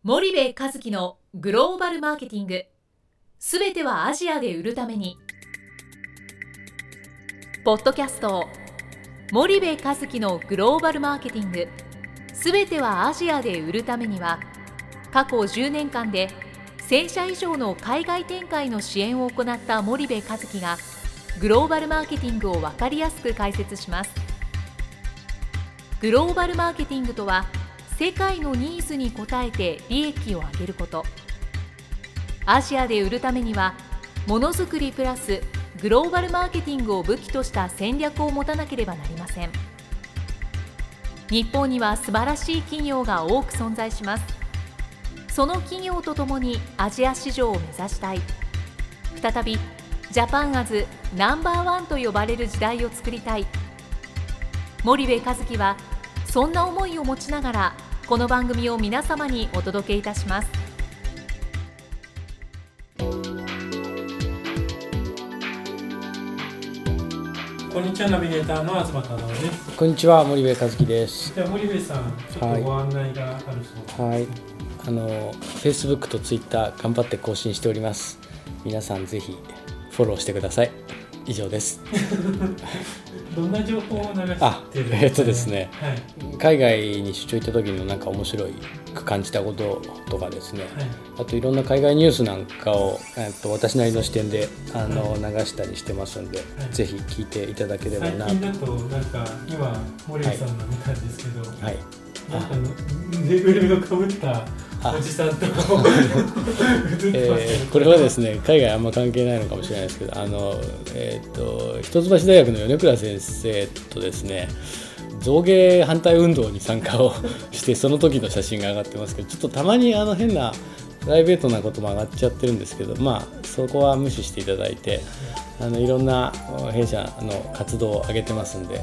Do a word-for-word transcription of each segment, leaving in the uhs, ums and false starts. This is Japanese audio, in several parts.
森部一樹のグローバルマーケティング、すべてはアジアで売るために。ポッドキャスト森部一樹のグローバルマーケティング、すべてはアジアで売るためには、過去じゅうねんかんでせんしゃ以上の海外展開の支援を行った森部一樹がグローバルマーケティングを分かりやすく解説します。グローバルマーケティングとは、世界のニーズに応えて利益を上げること。アジアで売るためには、ものづくりプラスグローバルマーケティングを武器とした戦略を持たなければなりません。日本には素晴らしい企業が多く存在します。その企業とともにアジア市場を目指したい。再びジャパンアズナンバーワンと呼ばれる時代を作りたい。森部一樹はそんな思いを持ちながら、この番組を皆様にお届けいたします。 こんにちは、ナビゲーターの東忠夫です。 こんにちは、森部一樹です。 では森部さん、ちょっとご案内があるそうはい、はい、あの Facebook と Twitter 頑張って更新しております。皆さんぜひフォローしてください。以上です。 どんな情報を流してるんですかね。 あ、えっとですね、 はい、 海外に出張行った時のなんか面白いく感じたこととかですね、はい、あといろんな海外ニュースなんかを、えっと、私なりの視点であの、はい、流したりしてますんで、はい、ぜひ聞いていただければなと。 最近だとなんか今森部さんの見たんですけど、はい、なんかぬいぐるみをかぶったおじさんと映ってます、 えー、これはですね、海外あんま関係ないのかもしれないですけど、あの、えー、と一橋大学の米倉先生とですね、象牙反対運動に参加をしてその時の写真が上がってますけど、ちょっとたまにあの変なプライベートなことも上がっちゃってるんですけど、まあそこは無視していただいて、あのいろんな弊社の活動を上げてますんで、はい、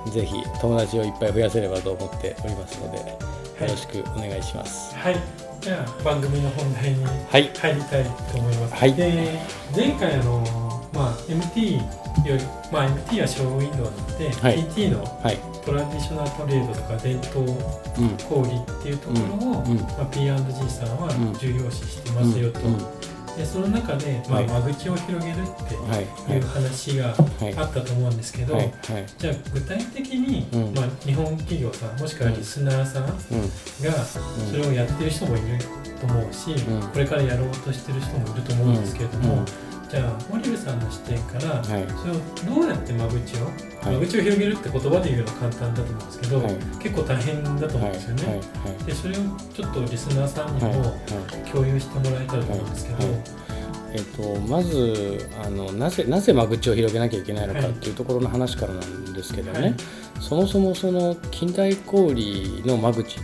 ぜひ友達をいっぱい増やせればと思っておりますので、よろしくお願いします。 はい、じゃあ番組の本題に入りたいと思います。 はい、 で前回あの、まあ、エムティー より、まあ、エムティー はショーウィンドウなので、はい、ティーティー のトラディショナルトレードとか伝統小売っていうところを、うんうん、まあ、ピーアンドジー さんは重要視してますよと、うんうん、でその中で、まあ、間口を広げるっていう話があったと思うんですけど、はいはいはい、じゃあ具体的に、うん、まあ、日本企業さんもしくはリスナーさんがそれをやってる人もいると思うし、うん、これからやろうとしてる人もいると思うんですけれども、うんうん、じゃあ森部さんの視点から、はい、それをどうやって間口を、はい、間口を広げるって言葉で言うのは簡単だと思うんですけど、はい、結構大変だと思うんですよね、はいはいはい、でそれをちょっとリスナーさんにも共有してもらえたらと思うんですけど、はいはいはい、 えー、とまずあのなぜ、なぜ間口を広げなきゃいけないのかっていうところの話からなんですけどね、はい、そもそもその近代小売の間口って、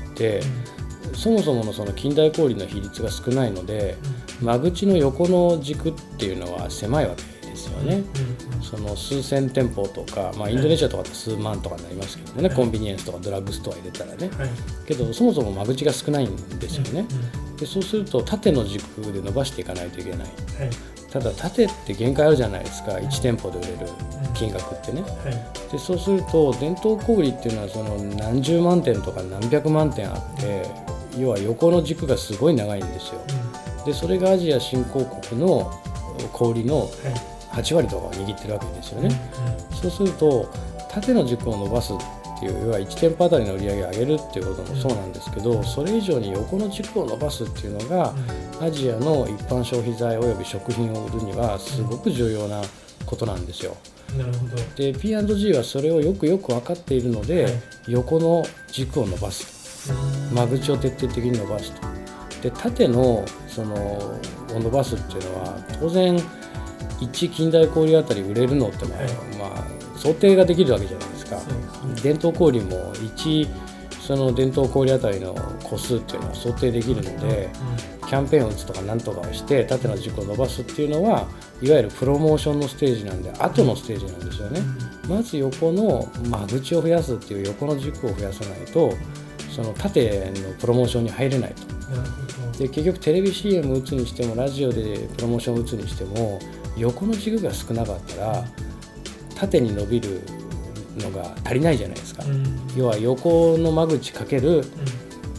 うん、そもそものその近代小売の比率が少ないので、うん、間口の横の軸っていうのは狭いわけですよね、うんうん、その数千店舗とか、まあ、インドネシアとかって数万とかになりますけどね、はい、コンビニエンスとかドラッグストア入れたらね、はい、けどそもそも間口が少ないんですよね、うんうん、でそうすると縦の軸で伸ばしていかないといけない、はい、ただ縦って限界あるじゃないですか、いち店舗で売れる金額ってね、はい、でそうすると伝統小売っていうのはその何十万店とか何百万店あって、要は横の軸がすごい長いんですよ、うん、でそれがアジア新興国の小売のはち割とかを握ってるわけですよね、うんうん、そうすると縦の軸を伸ばすっていう、要はいち店舗あたりの売り上げを上げるっていうこともそうなんですけど、それ以上に横の軸を伸ばすっていうのが、アジアの一般消費財および食品を売るにはすごく重要なことなんですよ。 なるほど。 で ピーアンドジー はそれをよくよく分かっているので、はい、横の軸を伸ばすと、間口を徹底的に伸ばすと、で縦のそのを伸ばすっていうのは当然いち近代小売あたり売れるのってのは、はい、まあ、想定ができるわけじゃないですか。そうですね、伝統小売もいちその伝統小売あたりの個数っていうのは想定できるので、うん、キャンペーンを打つとかなんとかをして縦の軸を伸ばすっていうのはいわゆるプロモーションのステージなんで後のステージなんですよね、うん、まず横の間口を増やすっていう横の軸を増やさないとその縦のプロモーションに入れないと、うん、で結局テレビ シーエム 打つにしてもラジオでプロモーションを打つにしても横の軸が少なかったら縦に伸びるのが足りないじゃないですか、うん、要は横の間口かける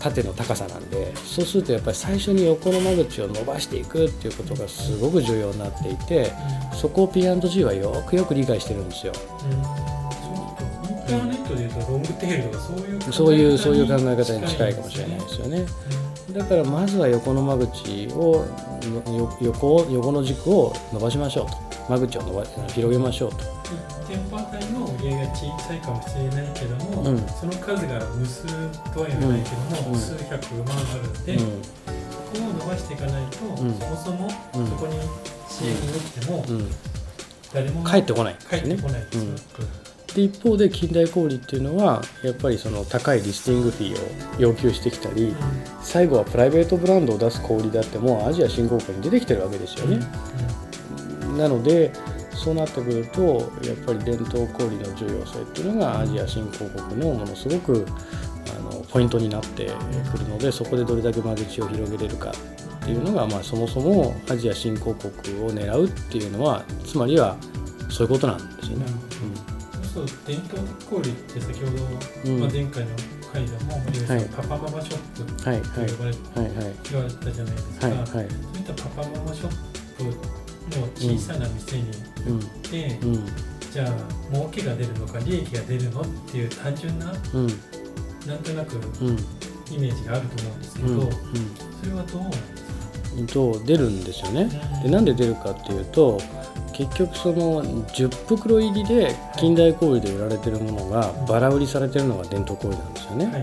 縦の高さなんで、そうするとやっぱり最初に横の間口を伸ばしていくっていうことがすごく重要になっていて、そこを ピーアンドジー はよくよく理解してるんですよ。 うん、インターネットでいうとロングテールとかそういうそういうそういう考え方に近いかもしれないですよね。うん、だからまずは横の間口を横横の軸を伸ばしましょうと、間口を伸ば広げましょうと。 店舗あたりの売り上げが小さいかもしれないけども、うん、その数が無数とは言わないけども、うん、数百万あるので、うん、そこを伸ばしていかないと、うん、そもそもそこに支援に打っても、うん、誰も帰ってこないですね。帰ってこないですよ、うん、 で一方で近代小売っていうのはやっぱりその高いリスティングフィーを要求してきたり、うん、最後はプライベートブランドを出す小売であってもアジア新興国に出てきてるわけですよね。うんうん、なのでそうなってくるとやっぱり伝統小売の重要性っていうのがアジア新興国のものすごくあのポイントになってくるので、そこでどれだけ間口を広げれるかっていうのが、まあ、そもそもアジア新興国を狙うっていうのはつまりはそういうことなんですよね。 うん、そうそう伝統小売って先ほど、うんまあ、前回の回でも森部さん、はい、パパママショップって呼ばれ、はいはい、言われたじゃないですか。はいはい、そういったパパママショップの小さな店に行って、うんうん、じゃあ儲けが出るのか利益が出るのっていう単純な、うん、なんとなくイメージがあると思うんですけど、うんうん、それはどうなんですか？ と出るんですよね。でなんで出るかっていうと結局そのじゅっ袋入りで近代小売で売られてるものがバラ売りされてるのが伝統小売なんですよね。はい、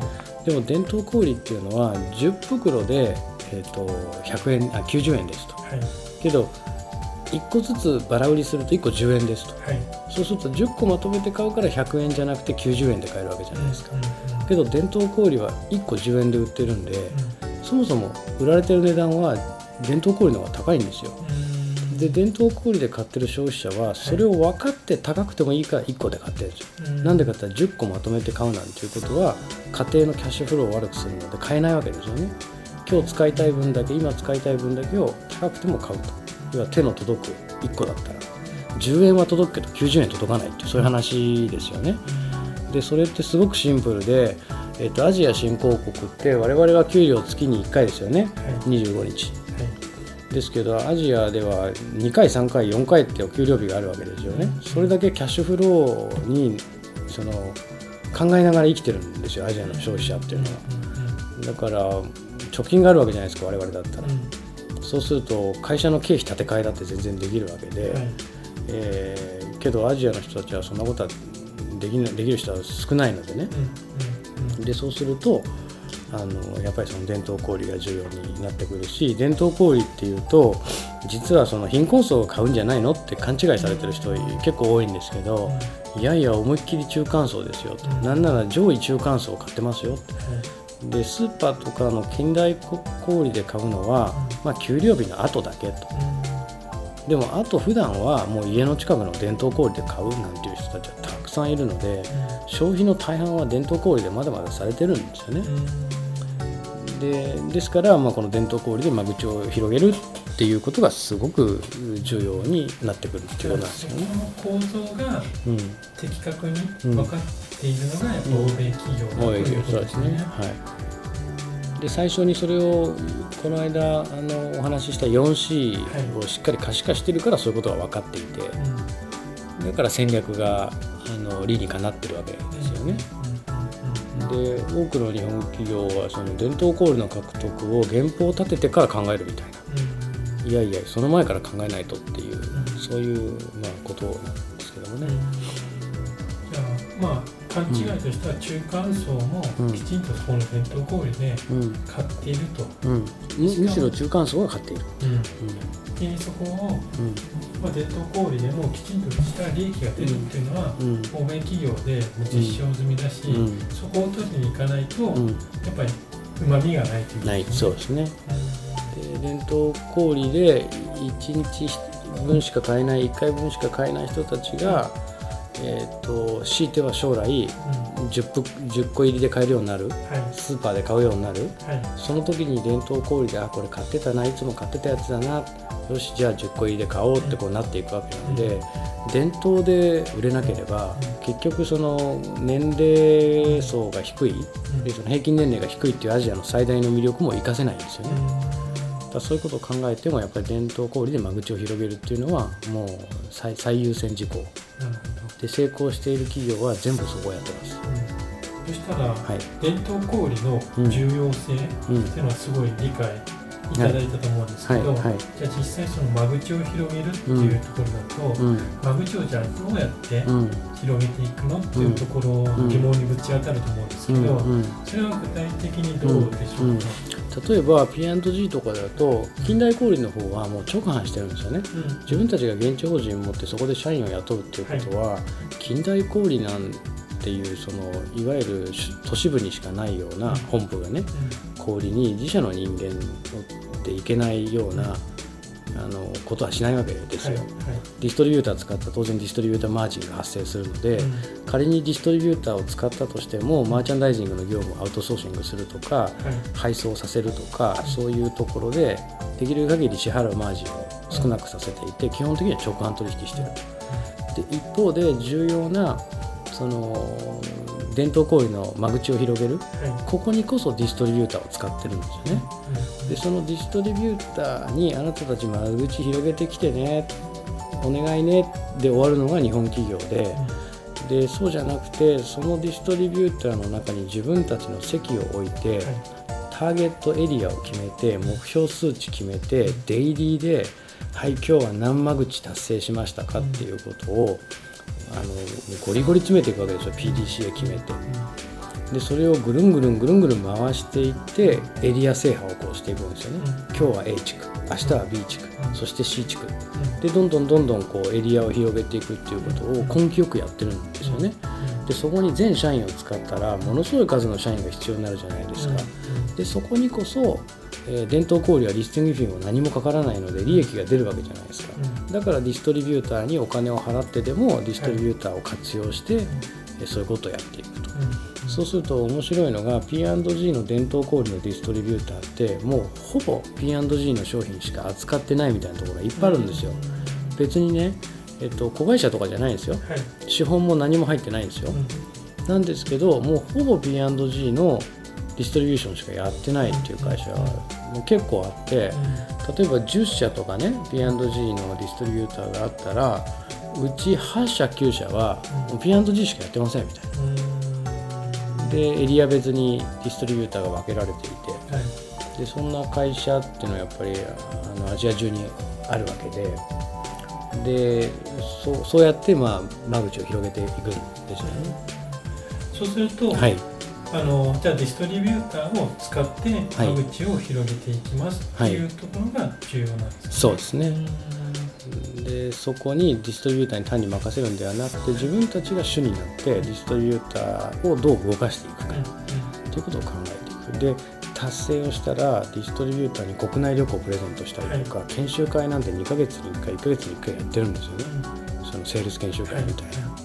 でも伝統小売っていうのはじゅっ袋で、えー、とひゃくえんあきゅうじゅうえんですと。はい、けどいっこずつバラ売りするといっこじゅうえんですと。はい、そうするとじゅっこまとめて買うからひゃくえんじゃなくてきゅうじゅうえんで買えるわけじゃないですか。うんうんうん、けど伝統小売はいっこじゅうえんで売ってるんで、うん、そもそも売られてる値段は伝統小売の方が高いんですよ。で伝統小売で買ってる消費者はそれを分かって高くてもいいからいっこで買ってるんですよ。なんでかって言ったらじゅっこまとめて買うなんていうことは家庭のキャッシュフローを悪くするので買えないわけですよね。今日使いたい分だけ今使いたい分だけを高くても買うと。要は手の届くいっこだったらじゅうえんは届くけどきゅうじゅうえん届かないっていうそういう話ですよね。でそれってすごくシンプルで、えーと、アジア新興国って我々は給料月にいっかいですよね。はい、にじゅうごにち。ですけどアジアではにかいさんかいよんかいってお給料日があるわけですよね。それだけキャッシュフローにその考えながら生きてるんですよアジアの消費者っていうのは。だから貯金があるわけじゃないですか我々だったら。そうすると会社の経費立て替えだって全然できるわけで、はいえー、けどアジアの人たちはそんなことはできない、できる人は少ないのでね、うんうんうん、でそうするとあのやっぱりその伝統小売が重要になってくるし、伝統小売っていうと実はその貧困層を買うんじゃないのって勘違いされてる人結構多いんですけど、いやいや思いっきり中間層ですよと、なんなら上位中間層を買ってますよと。でスーパーとかの近代小売で買うのは、まあ、給料日の後だけと。でもあと普段はもう家の近くの伝統小売で買うなんていう人たちはたくさんいるので、消費の大半は伝統小売でまだまだされてるんですよね。で, ですから、まあ、この伝統小売で間口を広げるっていうことがすごく重要になってくるっていうことなんですよね。 その構造が的確に分かっているのがやっぱ欧米企業だということですね。 で最初にそれをこの間あのお話しした よんシー をしっかり可視化しているからそういうことが分かっていて、はい、だから戦略があの理にかなってるわけですよね。で多くの日本企業はその伝統小売の獲得を原稿を立ててから考えるみたいな、うん、いやいやその前から考えないとっていう、うん、そういう、まあ、ことなんですけどもね。うん、 じゃあまあ勘違いとしては中間層もきちんとこの伝統小売で買っていると、 うんうん、む, むしろ中間層が買っている、うんうん、でそこを、うんまあ、伝統小売でもきちんとした利益が出るっていうのは、うん、欧米企業で実証済みだし、うん、そこを取りに行かないと、うん、やっぱりうまみがないという、ね、 ないそうですね。で伝統小売でいちにちぶんしか買えないいっかいぶんしか買えない人たちがえー、と強いては将来、うん、じゅっこ入りで買えるようになる、はい、スーパーで買うようになる、はい、その時に伝統小売であこれ買ってたないつも買ってたやつだなよしじゃあじゅっこ入りで買おうってこうなっていくわけなので、うん、伝統で売れなければ、うん、結局その年齢層が低い、うん、でその平均年齢が低いっていうアジアの最大の魅力も活かせないんですよね、うん、だそういうことを考えてもやっぱり伝統小売で間口を広げるっていうのはもう 最, 最優先事項で成功している企業は全部そこをやってます、 うん、そしたら、はい、伝統小売の重要性っていうのはすごい理解いただいたと思うんですけど、はいはいはい、じゃあ実際その間口を広げるっていうところだと、うん、間口をじゃあどうやって広げていくのっていうところ疑問にぶち当たると思うんですけど、うんうん、それは具体的にどうでしょうか、うんうん、 例えば ピーアンドジー とかだと近代小売の方はもう直販してるんですよね、うん、自分たちが現地法人を持ってそこで社員を雇うっていうことは、はい、近代小売なんっていうそのいわゆる都市部にしかないような本部がね、うん、小売に自社の人間でいけないような、うん、あのことはしないわけですよ、はいはい、ディストリビューター使ったら当然ディストリビューターマージンが発生するので、うん、仮にディストリビューターを使ったとしてもマーチャンダイジングの業務をアウトソーシングするとか、はい、配送させるとか、そういうところでできる限り支払うマージンを少なくさせていて、うん、基本的には直販取引している、うん、で一方で重要なその伝統小売の間口を広げる、はい、ここにこそディストリビューターを使ってるんですよね、うん、でそのディストリビューターにあなたたち間口広げてきてねお願いねで終わるのが日本企業で、うん、でそうじゃなくてそのディストリビューターの中に自分たちの席を置いて、はい、ターゲットエリアを決めて目標数値決めてデイリーではい今日は何間口達成しましたかっていうことをあのゴリゴリ詰めていくわけですよ ピーディーシー へ決めて、でそれをぐるんぐるんぐるんぐるん回していってエリア制覇をこうしていくんですよね、うん、今日は A 地区明日は B 地区、うん、そして C 地区、うん、でどんどんどんどんこうエリアを広げていくっていうことを根気よくやってるんですよね、うん、でそこに全社員を使ったらものすごい数の社員が必要になるじゃないですか、うん、でそこにこそえー、伝統小売はリスティングフィーも何もかからないので利益が出るわけじゃないですか、うん、だからディストリビューターにお金を払ってでもディストリビューターを活用して、はい、えー、そういうことをやっていくと、うん、そうすると面白いのが ピーアンドジー の伝統小売のディストリビューターってもうほぼ ピーアンドジー の商品しか扱ってないみたいなところがいっぱいあるんですよ、うん、別にね、えっと、子会社とかじゃないんですよ、はい、資本も何も入ってないんですよ、うん、なんですけどもうほぼ ピーアンドジー のディストリビューションしかやってないっていう会社はもう結構あって、例えばじゅっしゃとかね ピーアンドジー のディストリビューターがあったらうちはっしゃきゅうしゃは ピーアンドジー しかやってませんみたいな、でエリア別にディストリビューターが分けられていて、でそんな会社っていうのはやっぱりあのアジア中にあるわけで、で そ, そうやってまあ間口を広げていくんですよね。 そうすると、はい、あのじゃあディストリビューターを使って間口を広げていきますっていうところが重要なんですね、はい、 そうですね。でそこにディストリビューターに単に任せるんではなくて自分たちが主になってディストリビューターをどう動かしていくかということを考えていく。で達成をしたらディストリビューターに国内旅行をプレゼントしたりとか、はい、研修会なんてにかげつにいっかいいっかげつにいっかいやってるんですよね、うん、そのセールス研修会みたいな、はい、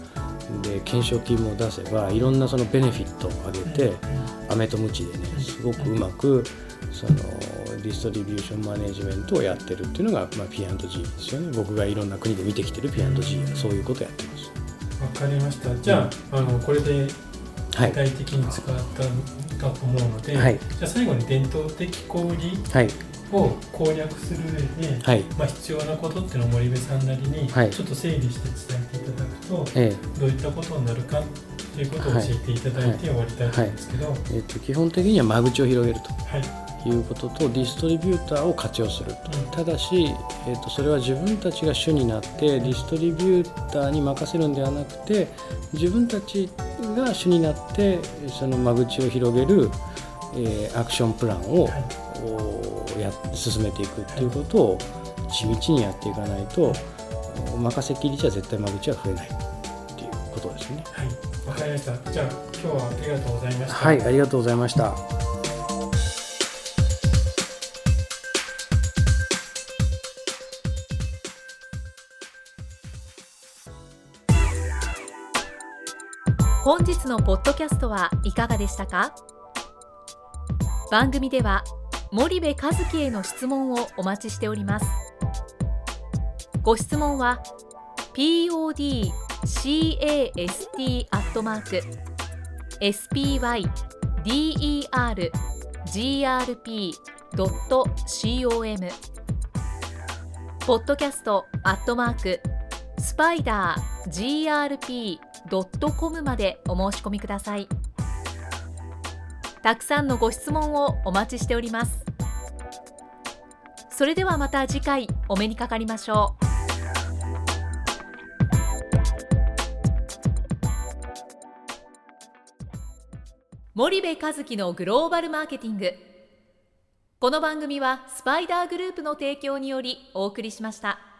で懸賞金も出せばいろんなそのベネフィットを上げて、うん、アメとムチでねすごくうまくそのディストリビューションマネジメントをやってるっていうのが、まあ、ピーアンドジー ですよね。僕がいろんな国で見てきてる ピーアンドジー はそういうことをやってます。 わかりました。じゃあ、うん、あのこれで具体的に使ったと思うので、はい、じゃあ最後に伝統的小売を攻略する上で、はい、まあ、必要なことっていうのを森部さんなりにちょっと整理して伝えていただくと、はい、どういったことになるかということを教えていただいて終わりたいと思うんですけど、はいはいはい、えー、と基本的には間口を広げると、はい、いうこととディストリビューターを活用すると、うん、ただし、えー、とそれは自分たちが主になってディストリビューターに任せるんではなくて自分たちが主になってその間口を広げる、えー、アクションプランを、はい、や進めていくっていうことを地道にやっていかないと任せきりじゃ絶対間口は増えないっていうことですね。 はい、わかりました。じゃあ今日はありがとうございました。 はい、ありがとうございました。 本日のポッドキャストはいかがでしたか？番組では森部一樹への質問をお待ちしております。ご質問は ピーオーディーキャスト アットマーク エスピーワイディーイーアールジーアールピードットコム ポッドキャストアットマークスパイダー ジーアールピードットコム までお申し込みください。たくさんのご質問をお待ちしております。それではまた次回お目にかかりましょう。森部一樹のグローバルマーケティング。この番組はスパイダーグループの提供によりお送りしました。